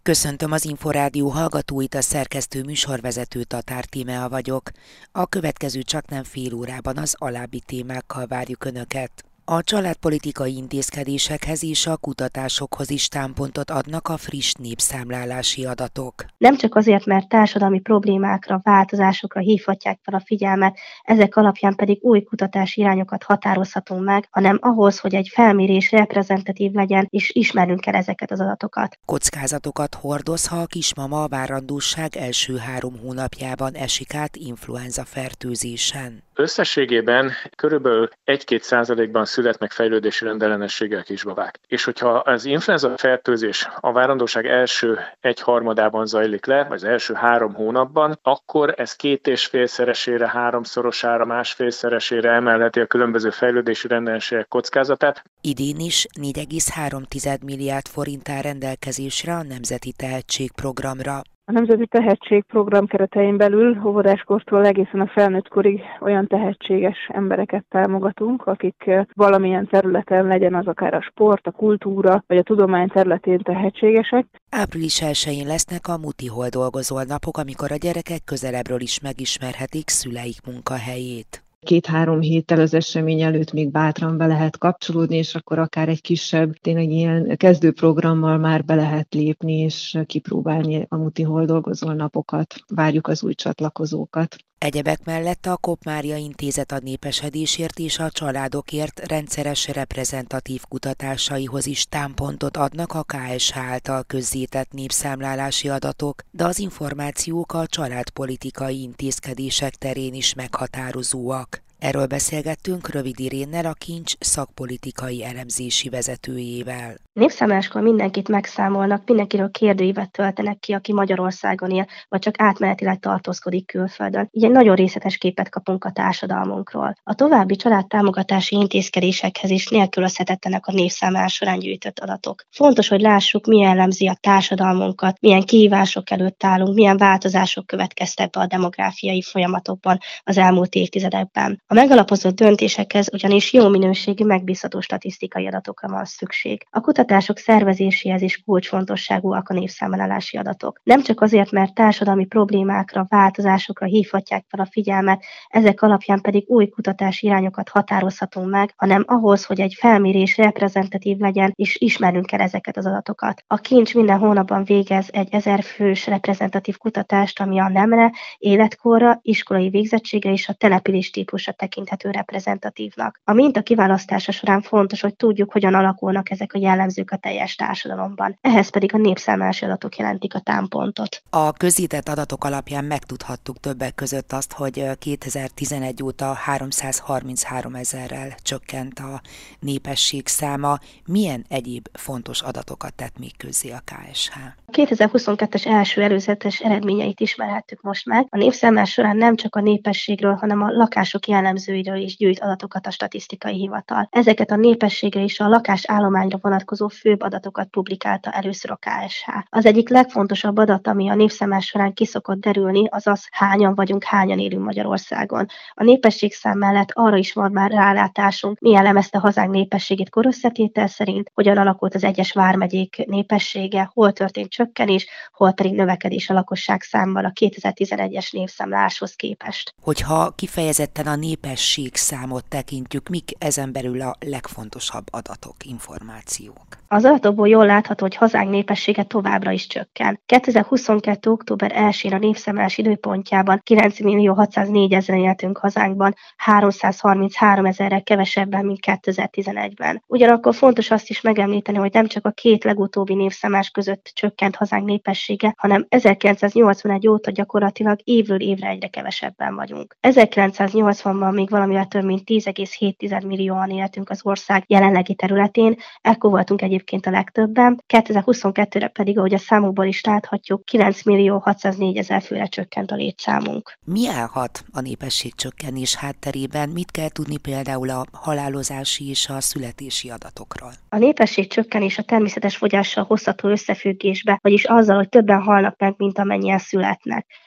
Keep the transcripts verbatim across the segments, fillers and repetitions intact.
Köszöntöm az Inforádió hallgatóit, a szerkesztő műsorvezető Tatár Tímea vagyok. A következő csaknem fél órában az alábbi témákkal várjuk Önöket. A családpolitikai intézkedésekhez és a kutatásokhoz is támpontot adnak a friss népszámlálási adatok. Nem csak azért, mert társadalmi problémákra, változásokra hívhatják fel a figyelmet, ezek alapján pedig új kutatási irányokat határozhatunk meg, hanem ahhoz, hogy egy felmérés reprezentatív legyen, és ismernünk kell ezeket az adatokat. Kockázatokat hordoz, ha a kismama a várandóság első három hónapjában esik át influenza fertőzésen. Összességében körülbelül egy-két százalékban születnek fejlődési rendellenességgel kisbabák. És hogyha az influenza fertőzés a várandóság első egy harmadában zajlik le, vagy az első három hónapban, akkor ez két és félszeresére, háromszorosára, másfélszeresére emelheti a különböző fejlődési rendellenességek kockázatát. Idén is négy egész három milliárd forint áll rendelkezésre a Nemzeti Tehetségprogramra. A Nemzeti Tehetségprogram keretein belül óvodáskortól egészen a felnőttkorig olyan tehetséges embereket támogatunk, akik valamilyen területen, legyen az akár a sport, a kultúra vagy a tudomány területén tehetségesek. Április elsején lesznek a Mutihol dolgozol napok, amikor a gyerekek közelebbről is megismerhetik szüleik munkahelyét. Két-három héttel az esemény előtt még bátran be lehet kapcsolódni, és akkor akár egy kisebb, tényleg ilyen kezdőprogrammal már be lehet lépni, és kipróbálni a Mutihol dolgozol napokat. Várjuk az új csatlakozókat. Egyebek mellett a Kopp Mária Intézet a népesedésért és a családokért rendszeres reprezentatív kutatásaihoz is támpontot adnak a ká es há által közzétett népszámlálási adatok, de az információk a családpolitikai intézkedések terén is meghatározóak. Erről beszélgettünk Rövid Irénnel, a Kincs szakpolitikai elemzési vezetőjével. Népszámláláskor mindenkit megszámolnak, mindenkiről kérdőívet töltenek ki, aki Magyarországon él, vagy csak átmenetileg tartózkodik külföldön. Így egy nagyon részletes képet kapunk a társadalmunkról. A további családtámogatási intézkedésekhez is nélkülözhetetlenek a népszámlálás során gyűjtött adatok. Fontos, hogy lássuk, mi jellemzi a társadalmunkat, milyen kihívások előtt állunk, milyen változások következtek be a demográfiai folyamatokban az elmúlt évtizedekben. A megalapozott döntésekhez ugyanis jó minőségű, megbízható statisztikai adatokra van szükség. A kutatások szervezéséhez is kulcsfontosságúak a népszámlálási adatok. Nem csak azért, mert társadalmi problémákra, változásokra hívhatják fel a figyelmet, ezek alapján pedig új kutatási irányokat határozhatunk meg, hanem ahhoz, hogy egy felmérés reprezentatív legyen, és ismernünk kell ezeket az adatokat. A Kincs minden hónapban végez egy ezer fős reprezentatív kutatást, ami a nemre, életkorra, iskolai végzettségre és a település típusra tekinthető reprezentatívnak. A minta kiválasztása során fontos, hogy tudjuk, hogyan alakulnak ezek a jellemzők a teljes társadalomban. Ehhez pedig a népszámlálási adatok jelentik a támpontot. A közített adatok alapján megtudhattuk többek között azt, hogy kétezer-tizenegy óta háromszázharminchárom ezerrel csökkent a népesség száma. Milyen egyéb fontos adatokat tett még közzé a ká es há? A kétezer-huszonkettes első előzetes eredményeit ismerhettük most meg. A népszámlálás során nem csak a népességről, hanem a lakások jellemzőiről is gyűjt adatokat a statisztikai hivatal. Ezeket a népességre és a lakásállományra vonatkozó főbb adatokat publikálta először a ká es há. Az egyik legfontosabb adat, ami a népszámlálás során ki szokott derülni, az az, hányan vagyunk, hányan élünk Magyarországon. A népességszám mellett arra is van már rálátásunk, mi jellemezte hazánk népességét korösszetétel szerint, hogyan alakult az egyes vármegyék népessége, hol történt csökkenés, hol pedig növekedés a lakosság számmal a kétezer-tizenegyes népszámláláshoz képest. Hogyha kifejezetten a népesség számot tekintjük, mik ezen belül a legfontosabb adatok, információk? Az adatokból jól látható, hogy hazánk népessége továbbra is csökken. kétezer-huszonkettő. október elsején a népszámlálás időpontjában kilenc millió hatszáznégy ezeren éltünk hazánkban, háromszázharminchárom ezerrel kevesebben, mint kétezer-tizenegyben. Ugyanakkor fontos azt is megemlíteni, hogy nem csak a két legutóbbi népszámlálás között csökkent hazánk népessége, hanem ezerkilencszáznyolcvanegy óta gyakorlatilag évről évre egyre kevesebben vagyunk. ezerkilencszáznyolcvanban még valamivel több mint tíz egész hét millióan éltünk az ország jelenlegi területén, ekkor voltunk egyébként a legtöbben, kétezer-huszonkettőre pedig, ahogy a számokból is láthatjuk, kilenc millió hatszáznégy ezer főre csökkent a létszámunk. Mi állhat a népesség csökkenés hátterében? Mit kell tudni például a halálozási és a születési adatokról? A népesség csökkenés a természetes fogyással hozható összefüggésbe, vagyis azzal, hogy többen halnak meg, mint amennyien születnek.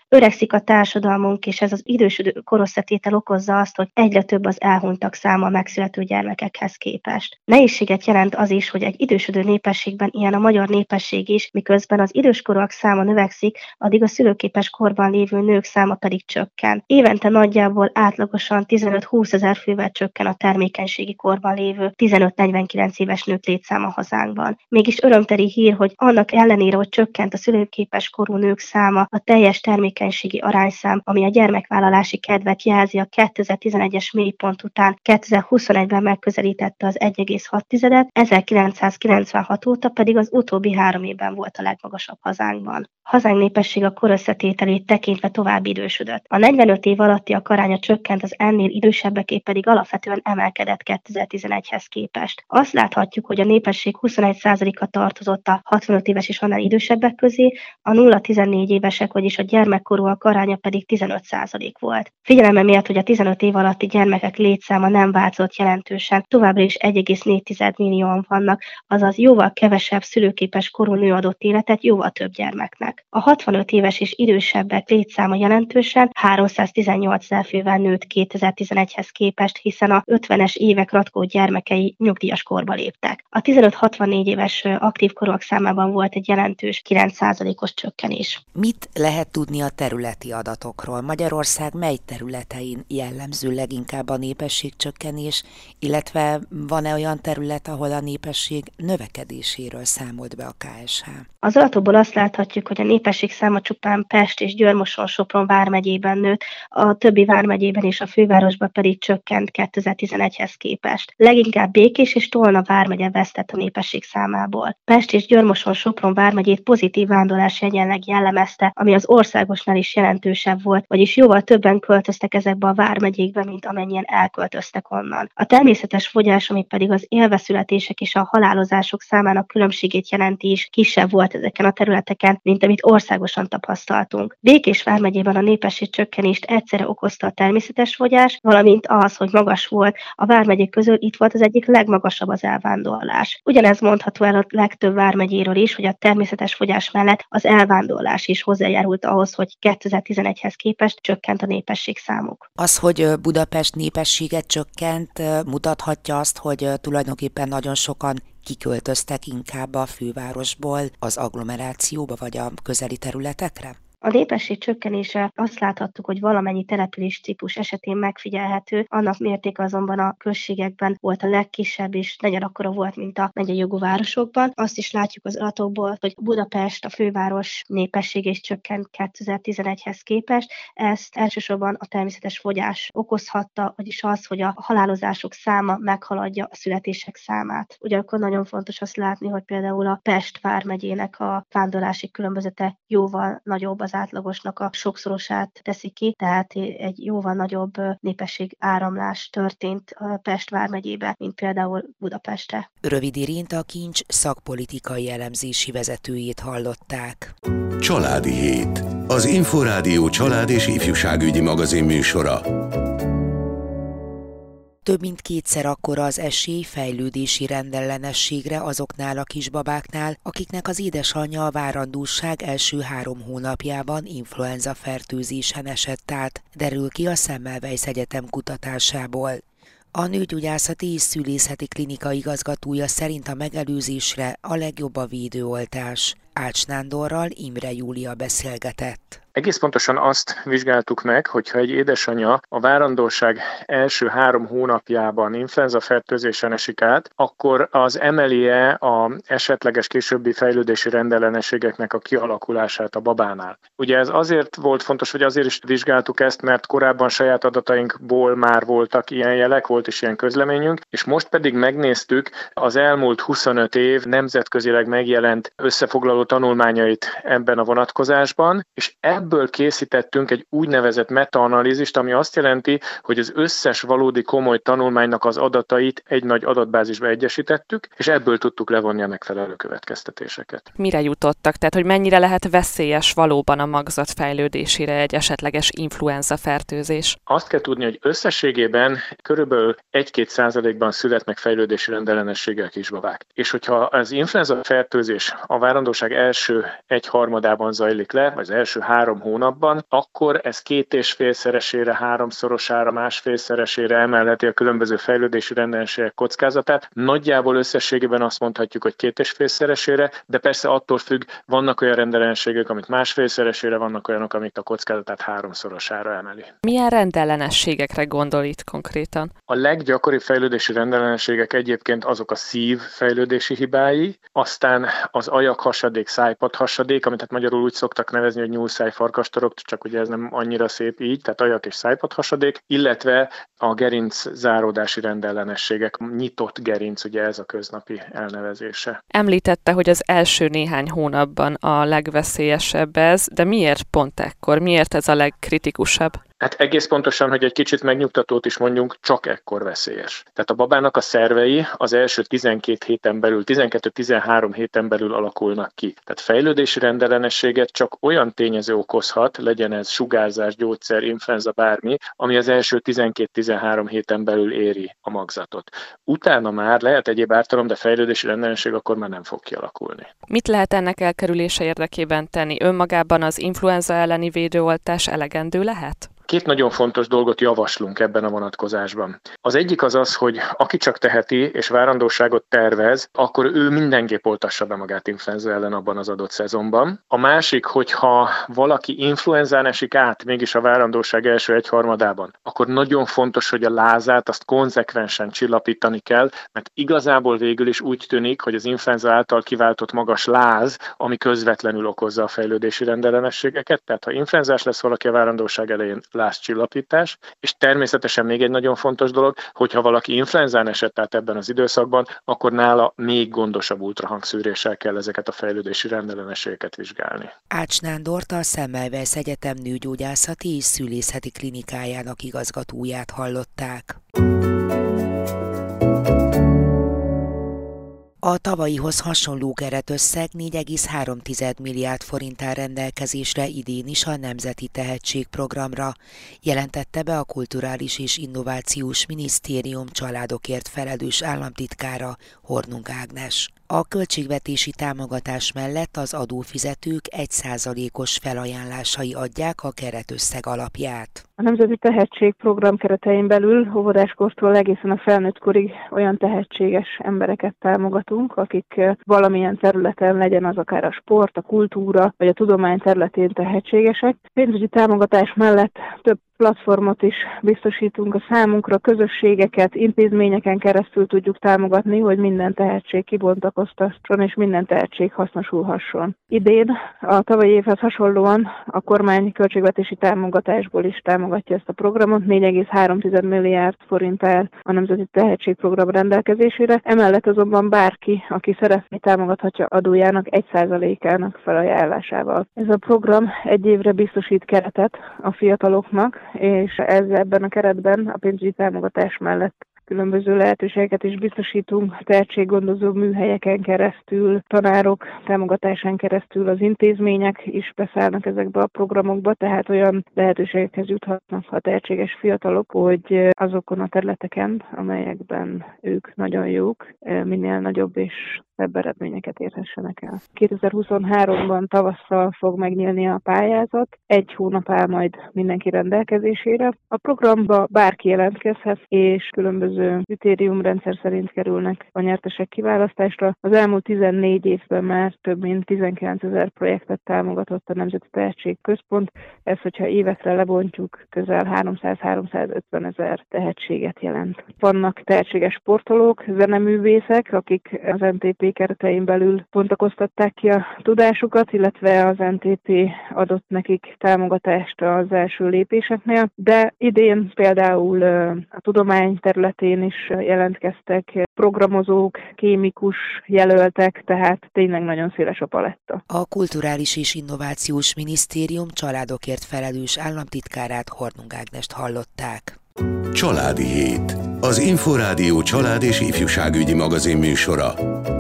Öregszik a társadalmunk, és ez az idősödő korösszetétel okozza azt, hogy egyre több az elhunytak száma a megszülető gyermekekhez képest. Nehézséget jelent az is, hogy egy idősödő népességben ilyen a magyar népesség is, miközben az időskorúak száma növekszik, addig a szülőképes korban lévő nők száma pedig csökken. Évente nagyjából átlagosan tizenöt-húsz ezer fővel csökken a termékenységi korban lévő tizenöt-negyvenkilenc éves nők létszáma hazánkban. Mégis örömteli hír, hogy annak ellenére, hogy csökkent a szülőképes korú nők száma, a teljes termékenységi arányszám, ami a gyermekvállalási kedvet jelzi, a kétezer-tizenegyes mélypont után kétezer-huszonegyben megközelítette az egy egész hat tizedet, ezerkilencszázkilencvenhat óta pedig az utóbbi három évben volt a legmagasabb hazánkban. Hazánk népesség a korösszetételét tekintve tovább idősödött. A negyvenöt év alattiak aránya csökkent, az ennél idősebbeké pedig alapvetően emelkedett kétezer-tizenegyhez képest. Azt láthatjuk, hogy a népesség huszonegy százaléka tartozott a hatvanöt éves és annál idősebbek közé, a nulla-tizennégy évesek, vagyis a gyermekkorúak aránya pedig tizenöt százalék volt. Figyelembe mért, hogy a tizenöt év alatti gyermekek létszáma nem változott jelentősen, továbbra is egy egész négy millióan vannak, azaz jóval kevesebb szülőképes korú nő adott életet jóval több gyermeknek. A hatvanöt éves és idősebbek létszáma jelentősen háromszáztizennyolc ezer fővel nőtt kétezer-tizenegyhez képest, hiszen a ötvenes évek ratkó gyermekei nyugdíjas korba léptek. A tizenöt-hatvannégy éves aktív korúak számában volt egy jelentős kilenc százalékos csökkenés. Mit lehet tudni a területi adatokról? Magyarország mely területein jellemző leginkább a népességcsökkenés, illetve van-e olyan terület, ahol a népesség növekedéséről számolt be a ká es há? Az adatokból azt láthatjuk, hogy a népesség száma csupán Pest és Győr-Moson-Sopron vármegyében nőtt, a többi vármegyében és a fővárosban pedig csökkent kétezer-tizenegyhez képest. Leginkább Békés és Tolna vármegye vesztett a népesség számából. Pest és Győr-Moson-Sopron vármegyét pozitív vándorlás egyenleg jellemezte, ami az országosnál is jelentősebb volt, vagyis jóval többen költöztek ezekbe a vármegyékbe, mint amennyien elköltöztek onnan. A természetes fogyás, ami pedig az élveszületések és a halálozások számának különbségét jelenti is, kisebb volt ezeken a területeken, mint amit országosan tapasztaltunk. Békés vármegyében a népesség csökkenést egyszerre okozta a természetes fogyás, valamint az, hogy magas volt a vármegyék közül, itt volt az egyik legmagasabb az elvándorlás. Ugyanez mondható el a legtöbb vármegyéről is, hogy a természetes fogyás mellett az elvándorlás is hozzájárult ahhoz, hogy kétezer-tizenegyhez képest csökkent a népesség számuk. Az, hogy Budapest népessége csökkent, mutathatja azt, hogy tulajdonképpen nagyon sokan kiköltöztek inkább a fővárosból az agglomerációba vagy a közeli területekre? A népesség csökkenése azt láthattuk, hogy valamennyi település típus esetén megfigyelhető, annak mértéke azonban a községekben volt a legkisebb, és negyen akkora volt, mint a megyei jogú városokban. Azt is látjuk az adatokból, hogy Budapest, a főváros népessége is csökkent kétezer-tizenegyhez képest. Ezt elsősorban a természetes fogyás okozhatta, vagyis az, hogy a halálozások száma meghaladja a születések számát. Ugyanakkor nagyon fontos azt látni, hogy például a Pest vármegyének a vándorlási különbözete jóval nagyobb, az átlagosnak a sokszorosát teszi ki, tehát egy jóval nagyobb népesség áramlás történt a Pest vármegyébe, mint például Budapestre. Rövid Irént, a Kincs szakpolitikai elemzési vezetőjét hallották. Családi Hét. Az Inforádió család és ifjúságügyi magazin műsora. Több mint kétszer akkora az esély fejlődési rendellenességre azoknál a kisbabáknál, akiknek az édesanyja a várandóság első három hónapjában influenza fertőzésen esett át, derül ki a Semmelweis Egyetem kutatásából. A nőgyógyászati és szülészeti klinika igazgatója szerint a megelőzésre a legjobb a védőoltás. Ács Nándorral Imre Júlia beszélgetett. Egész pontosan azt vizsgáltuk meg, hogyha egy édesanyja a várandóság első három hónapjában influenza fertőzésen esik át, akkor az emeli-e az esetleges későbbi fejlődési rendellenességeknek a kialakulását a babánál. Ugye ez azért volt fontos, hogy azért is vizsgáltuk ezt, mert korábban saját adatainkból már voltak ilyen jelek, volt is ilyen közleményünk, és most pedig megnéztük az elmúlt huszonöt év nemzetközileg megjelent összefoglaló tanulmányait ebben a vonatkozásban, és ebből készítettünk egy úgynevezett metaanalízist, ami azt jelenti, hogy az összes valódi komoly tanulmánynak az adatait egy nagy adatbázisba egyesítettük, és ebből tudtuk levonni a megfelelő következtetéseket. Mire jutottak? Tehát, hogy mennyire lehet veszélyes valóban a magzat fejlődésére egy esetleges influenza fertőzés? Azt kell tudni, hogy összességében körülbelül egy-két százalékban születnek fejlődési rendellenességgel kisbabák. És hogyha az influenza fertőzés a várandóság első egy harmadában zajlik le, vagy az első három három hónapban, akkor ez két és félszeresére, háromszorosára, másfélszeresére emelheti a különböző fejlődési rendellenségek kockázatát. Nagyjából összességében azt mondhatjuk, hogy két és félszeresére, de persze attól függ, vannak olyan rendellenségek, amit másfélszeresére, vannak olyanok, amik a kockázatát háromszorosára emeli. Milyen rendellenességekre gondol itt konkrétan? A leggyakoribb fejlődési rendellenességek egyébként azok a szív fejlődési hibái, aztán az ajak-hasadék, szájpad-hasadék, amit hát magyarul úgy szoktak nevezni, hogy nyúlszáj-farkastorok, csak ugye ez nem annyira szép így, tehát ajak- és szájpad-hasadék, illetve a gerinc záródási rendellenességek, nyitott gerinc, ugye ez a köznapi elnevezése. Említette, hogy az első néhány hónapban a legveszélyesebb ez, de miért pont ekkor? Miért ez a legkritikusabb? Hát egész pontosan, hogy egy kicsit megnyugtatót is mondjunk, csak ekkor veszélyes. Tehát a babának a szervei az első tizenkét héten belül, tizenkettő-tizenhárom héten belül alakulnak ki. Tehát fejlődési rendellenességet csak olyan tényező okozhat, legyen ez sugárzás, gyógyszer, influenza, bármi, ami az első tizenkét-tizenhárom héten belül éri a magzatot. Utána már lehet egyéb ártalom, de fejlődési rendellenesség akkor már nem fog kialakulni. Mit lehet ennek elkerülése érdekében tenni? Önmagában az influenza elleni védőoltás elegendő lehet? Két nagyon fontos dolgot javaslunk ebben a vonatkozásban. Az egyik az az, hogy aki csak teheti és várandóságot tervez, akkor ő mindenképp oltassa be magát influenza ellen abban az adott szezonban. A másik, hogyha valaki influenzán esik át mégis a várandóság első egyharmadában, akkor nagyon fontos, hogy a lázát azt konzekvensen csillapítani kell, mert igazából végül is úgy tűnik, hogy az influenza által kiváltott magas láz, ami közvetlenül okozza a fejlődési rendellenességeket, tehát ha influenzás lesz valaki a várandóság elején, lázcsillapítás, és természetesen még egy nagyon fontos dolog, hogyha valaki influenzán esett át ebben az időszakban, akkor nála még gondosabb ultrahangszűréssel kell ezeket a fejlődési rendellenességeket vizsgálni. Ács Nándort, a Semmelweis Egyetem nőgyógyászati és szülészeti klinikájának igazgatóját hallották. A tavalyihoz hasonló keretösszeg négy egész három milliárd forint áll rendelkezésre idén is a Nemzeti Tehetségprogramra, jelentette be a Kulturális és Innovációs Minisztérium családokért felelős államtitkára, Hornung Ágnes. A költségvetési támogatás mellett az adófizetők egy százalékos felajánlásai adják a keretösszeg alapját. A Nemzeti Tehetségprogram keretein belül óvodáskortól egészen a felnőtt korig olyan tehetséges embereket támogatunk, akik valamilyen területen, legyen az akár a sport, a kultúra vagy a tudomány területén tehetségesek. Pénzügyi támogatás mellett több platformot is biztosítunk a számunkra, közösségeket, intézményeken keresztül tudjuk támogatni, hogy minden tehetség kibontakoztasson és minden tehetség hasznosulhasson. Idén a tavalyi évhez hasonlóan a kormány költségvetési támogatásból is támogatja ezt a programot, négy egész három milliárd forint áll a Nemzeti Tehetségprogram rendelkezésére, emellett azonban bárki, aki szeretné, támogathatja adójának egy százalékának felajánlásával. Ez a program egy évre biztosít keretet a fiataloknak, és ez ebben a keretben a pénzügyi támogatás mellett különböző lehetőségeket is biztosítunk, tehetséggondozó műhelyeken keresztül, tanárok támogatásán keresztül az intézmények is beszállnak ezekbe a programokba, tehát olyan lehetőségekhez juthatnak a tehetséges fiatalok, hogy azokon a területeken, amelyekben ők nagyon jók, minél nagyobb és szebb eredményeket érhessenek el. kétezer-huszonháromban tavasszal fog megnyílni a pályázat, egy hónap áll majd mindenki rendelkezésére. A programba bárki jelentkezhet, és különböző kritériumrendszer szerint kerülnek a nyertesek kiválasztásra. Az elmúlt tizennégy évben már több mint tizenkilencezer projektet támogatott a Nemzeti Tehetségközpont. Ez, hogyha évekre lebontjuk, közel háromszáz-háromszázötven ezer tehetséget jelent. Vannak tehetséges sportolók, zeneművészek, akik az en té pé keretein belül bontakoztatták ki a tudásukat, illetve az en té pé adott nekik támogatást az első lépéseknél, de idén például a tudomány területén is jelentkeztek programozók, kémikus jelöltek, tehát tényleg nagyon széles a paletta. A Kulturális és Innovációs Minisztérium családokért felelős államtitkárát, Hornung Ágnest hallották. Családi hét. Az Inforádió család és ifjúságügyi magazin műsora.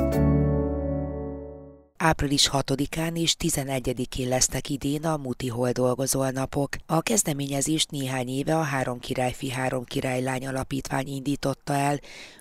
április hatodikán és tizenegyedikén lesznek idén a Muti Hol dolgozol napok. A kezdeményezést néhány éve a Három királyfi, Három királylány alapítvány indította el,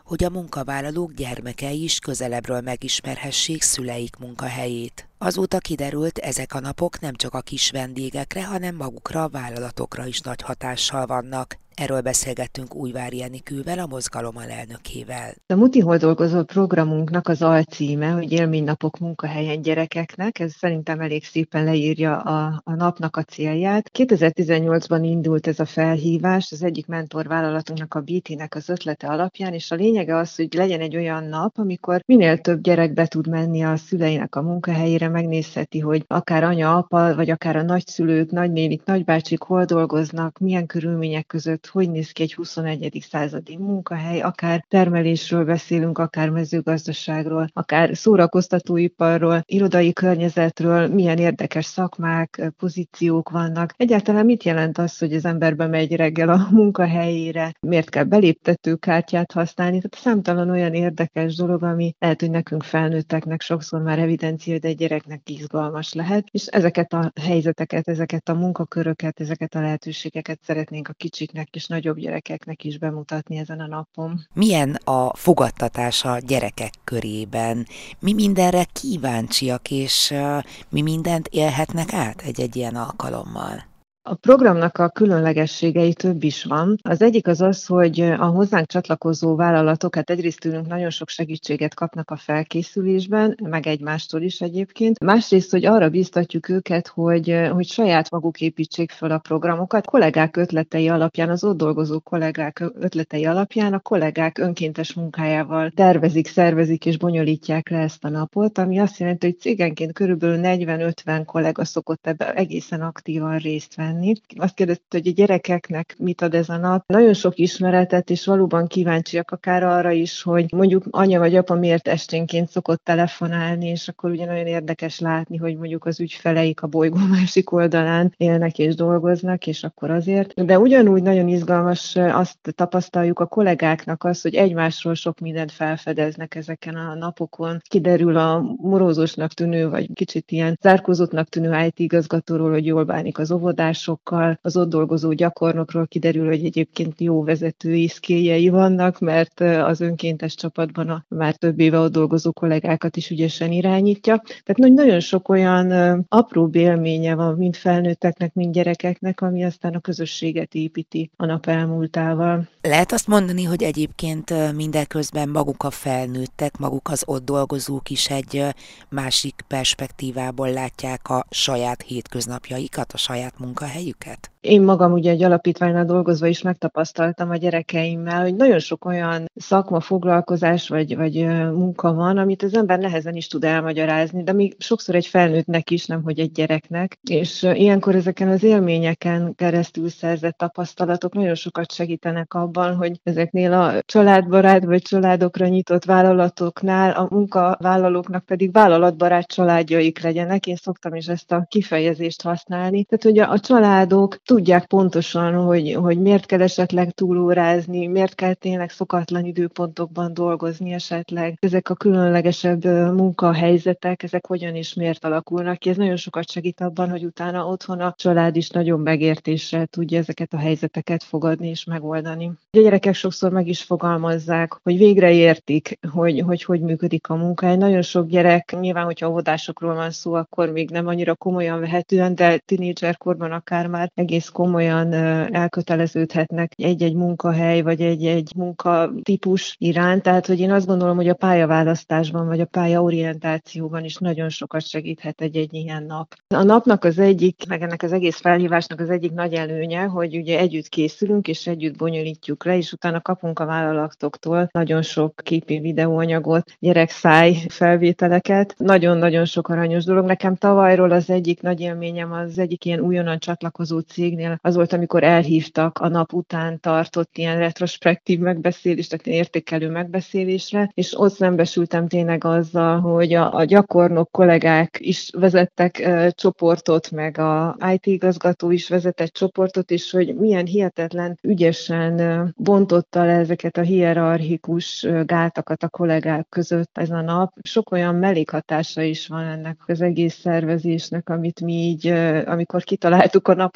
hogy a munkavállalók gyermekei is közelebbről megismerhessék szüleik munkahelyét. Azóta kiderült, ezek a napok nem csak a kis vendégekre, hanem magukra a vállalatokra is nagy hatással vannak. Erről beszélgettünk Újvári Enikővel, a mozgalom alelnökével. A Muti Hol dolgozó programunknak az alcíme, hogy élménynapok munkahelyen gyerekeknek, ez szerintem elég szépen leírja a, a napnak a célját. kétezer-tizennyolcban indult ez a felhívás, az egyik mentorvállalatunknak, a bé té-nek az ötlete alapján, és a lényege az, hogy legyen egy olyan nap, amikor minél több gyerek be tud menni a szüleinek a munkahelyére, megnézheti, hogy akár anya, apa, vagy akár a nagyszülők, nagynénik, nagybácsik hol dolgoznak, milyen körülmények között, hogy néz ki egy huszonegyedik századi munkahely, akár termelésről beszélünk, akár mezőgazdaságról, akár szórakoztatóiparról, irodai környezetről, milyen érdekes szakmák, pozíciók vannak. Egyáltalán mit jelent az, hogy az ember bemegy reggel a munkahelyére, miért kell beléptetőkártyát használni, tehát számtalan olyan érdekes dolog, ami lehet, hogy nekünk felnőtteknek sokszor már evidencia, de egy gyereknek izgalmas lehet, és ezeket a helyzeteket, ezeket a munkaköröket, ezeket a lehetőségeket szeretnénk a kicsiknek és nagyobb gyerekeknek is bemutatni ezen a napon. Milyen a fogadtatás a gyerekek körében? Mi mindenre kíváncsiak, és uh, mi mindent élhetnek át egy-egy ilyen alkalommal? A programnak a különlegességei több is van. Az egyik az az, hogy a hozzánk csatlakozó vállalatok, hát egyrészt tőlünk nagyon sok segítséget kapnak a felkészülésben, meg egymástól is egyébként. Másrészt, hogy arra bíztatjuk őket, hogy, hogy saját maguk építsék fel a programokat. A kollégák ötletei alapján, az ott dolgozó kollégák ötletei alapján a kollégák önkéntes munkájával tervezik, szervezik és bonyolítják le ezt a napot, ami azt jelenti, hogy cégenként körülbelül negyven-ötven kollega szokott ebben egészen aktívan részt venni. Azt kérdezte, hogy a gyerekeknek mit ad ez a nap. Nagyon sok ismeretet, és valóban kíváncsiak akár arra is, hogy mondjuk anya vagy apa miért esténként szokott telefonálni, és akkor ugye nagyon érdekes látni, hogy mondjuk az ügyfeleik a bolygó másik oldalán élnek és dolgoznak, és akkor azért. De ugyanúgy nagyon izgalmas azt tapasztaljuk a kollégáknak az, hogy egymásról sok mindent felfedeznek ezeken a napokon. Kiderül a morózósnak tűnő, vagy kicsit ilyen zárkózottnak tűnő í té igazgatóról, hogy jól bánik az óvodás, sokkal az ott dolgozó gyakornokról kiderül, hogy egyébként jó vezetői szkéljei vannak, mert az önkéntes csapatban a már több éve ott dolgozó kollégákat is ügyesen irányítja. Tehát nagyon sok olyan apró élménye van, mind felnőtteknek, mind gyerekeknek, ami aztán a közösséget építi a nap elmúltával. Lehet azt mondani, hogy egyébként mindeközben maguk a felnőttek, maguk az ott dolgozók is egy másik perspektívából látják a saját hétköznapjaikat, a saját munkahelyüket? Én magam ugye egy alapítványnál dolgozva is megtapasztaltam a gyerekeimmel, hogy nagyon sok olyan szakma, foglalkozás vagy, vagy munka van, amit az ember nehezen is tud elmagyarázni, de még sokszor egy felnőttnek is, nem hogy egy gyereknek. És ilyenkor ezeken az élményeken keresztül szerzett tapasztalatok nagyon sokat segítenek abban, hogy ezeknél a családbarát vagy családokra nyitott vállalatoknál a munkavállalóknak pedig vállalatbarát családjaik legyenek. Én szoktam is ezt a kifejezést használni. Tehát, hogy a, a családok tudják pontosan, hogy, hogy miért kell esetleg túlórázni, miért kell tényleg szokatlan időpontokban dolgozni esetleg. Ezek a különlegesebb munkahelyzetek, ezek hogyan és miért alakulnak ki. Ez nagyon sokat segít abban, hogy utána otthon a család is nagyon megértéssel tudja ezeket a helyzeteket fogadni és megoldani. A gyerekek sokszor meg is fogalmazzák, hogy végre értik, hogy hogy, hogy működik a munka. Nagyon sok gyerek, nyilván, hogyha óvodásokról van szó, akkor még nem annyira komolyan vehetően, de tínédzserkorban akár már egész komolyan elköteleződhetnek egy-egy munkahely, vagy egy-egy munkatípus iránt. Tehát, hogy én azt gondolom, hogy a pályaválasztásban, vagy a pályaorientációban is nagyon sokat segíthet egy-egy ilyen nap. A napnak az egyik, meg ennek az egész felhívásnak az egyik nagy előnye, hogy ugye együtt készülünk, és együtt bonyolítjuk le, és utána kapunk a vállalatoktól nagyon sok képi videóanyagot, gyerekszáj felvételeket. Nagyon-nagyon sok aranyos dolog. Nekem tavalyról az egyik nagy élményem, az egyik ilyen újonnan csatlakozó cégnél az volt, amikor elhívtak a nap után tartott ilyen retrospektív megbeszélés, tehát értékelő megbeszélésre, és ott szembesültem tényleg azzal, hogy a, a gyakornok kollégák is vezettek e, csoportot, meg a í té igazgató is vezetett csoportot, és hogy milyen hihetetlen ügyesen e, bontotta le ezeket a hierarchikus e, gátakat a kollégák között ez a nap. Sok olyan mellékhatása is van ennek az egész szervezésnek, amit mi így, e, amikor kitaláltuk a napot, még nem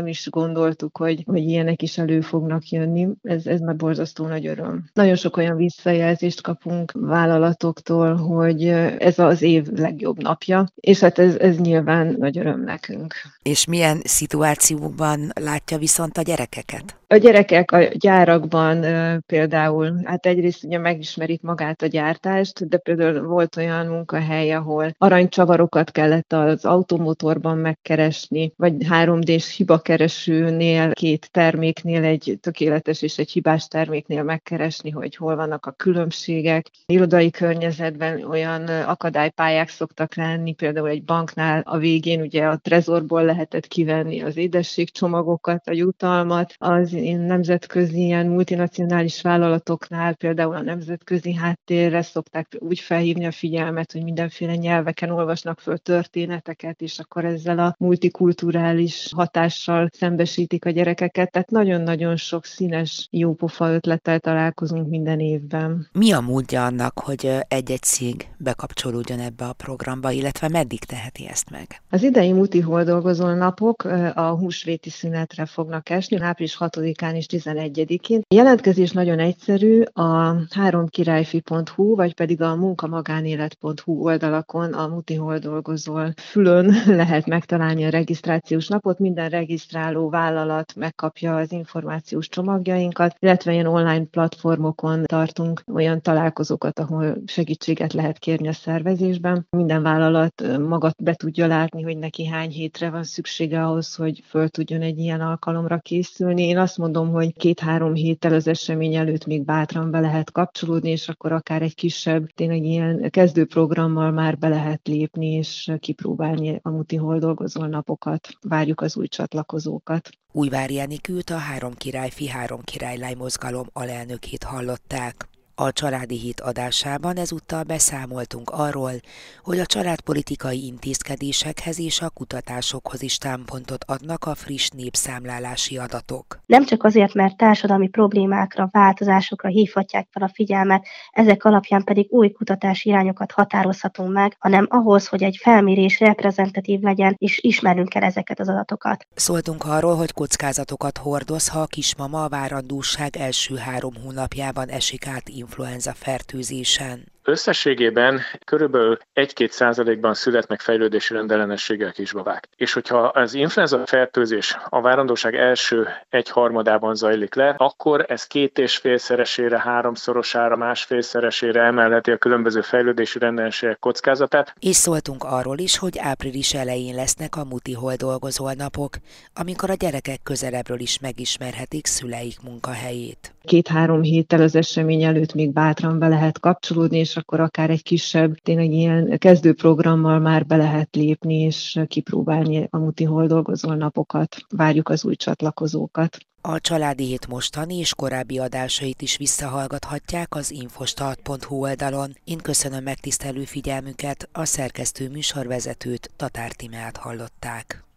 nem is gondoltuk, hogy, hogy ilyenek is elő fognak jönni. Ez, ez már borzasztó nagy öröm. Nagyon sok olyan visszajelzést kapunk vállalatoktól, hogy ez az év legjobb napja, és hát ez, ez nyilván nagy öröm nekünk. És milyen szituációkban látja viszont a gyerekeket? A gyerekek a gyárakban például, hát egyrészt ugye megismerik magát a gyártást, de például volt olyan munkahely, ahol aranycsavarokat kellett az automotorban megkeresni, vagy három dés hibakeresőnél, két terméknél, egy tökéletes és egy hibás terméknél megkeresni, hogy hol vannak a különbségek. Irodai környezetben olyan akadálypályák szoktak lenni, például egy banknál a végén ugye a trezorból lehetett kivenni az édességcsomagokat, a jutalmat, az nemzetközi ilyen multinacionális vállalatoknál például a nemzetközi háttérre szokták úgy felhívni a figyelmet, hogy mindenféle nyelveken olvasnak föl történeteket, és akkor ezzel a multikulturális hatással szembesítik a gyerekeket. Tehát nagyon-nagyon sok színes, jópofa ötlettel találkozunk minden évben. Mi a módja annak, hogy egy-egy cég bekapcsolódjon ebbe a programba, illetve meddig teheti ezt meg? Az idei Muti Hol dolgozol napok a húsvéti szünetre fognak esni, április hatodikán és tizenegyedikén. A jelentkezés nagyon egyszerű, a háromkirályfi pont hu vagy pedig a munkamagánélet pont hu oldalakon a Muti Hol dolgozol fülön lehet megtalálni a regisztrációs napot. Minden regisztráló vállalat megkapja az információs csomagjainkat, illetve ilyen online platformokon tartunk olyan találkozókat, ahol segítséget lehet kérni a szervezésben. Minden vállalat maga be tudja látni, hogy neki hány hétre van szüksége ahhoz, hogy föl tudjon egy ilyen alkalomra készülni. Én azt mondom, hogy két-három héttel az esemény előtt még bátran be lehet kapcsolódni, és akkor akár egy kisebb, tényleg ilyen kezdőprogrammal már be lehet lépni, és kipróbálni a Muti Hol dolgozol napokat. Várjuk az új csatlakozókat. Újvári Enikőt, a Három királyfi, Három királylány mozgalom alelnökét hallották. A Családi Hét adásában ezúttal beszámoltunk arról, hogy a családpolitikai intézkedésekhez és a kutatásokhoz is támpontot adnak a friss népszámlálási adatok. Nem csak azért, mert társadalmi problémákra, változásokra hívhatják fel a figyelmet, ezek alapján pedig új kutatási irányokat határozhatunk meg, hanem ahhoz, hogy egy felmérés reprezentatív legyen, és ismernünk kell ezeket az adatokat. Szóltunk arról, hogy kockázatokat hordoz, ha a kismama a várandóság első három hónapjában esik át influenza fertőzésen. Összességében körülbelül egy-két százalékban születnek fejlődési rendellenességgel kisbabák. És hogyha az influenza fertőzés a várandóság első egy harmadában zajlik le, akkor ez két és félszeresére, háromszorosára, másfélszeresére emelheti a különböző fejlődési rendellenességek kockázatát. És szóltunk arról is, hogy április elején lesznek a Muti Hol dolgozol napok, amikor a gyerekek közelebbről is megismerhetik szüleik munkahelyét. Két-három héttel az esemény előtt még bátran be lehet kapcsolódni, és akkor akár egy kisebb, tényleg ilyen kezdőprogrammal már be lehet lépni, és kipróbálni a Muti Hol dolgozol napokat. Várjuk az új csatlakozókat. A Családi Hét mostani és korábbi adásait is visszahallgathatják az infostart pont hu oldalon. Én köszönöm megtisztelő figyelmüket, a szerkesztő műsorvezetőt, Tatár Tímeát hallották.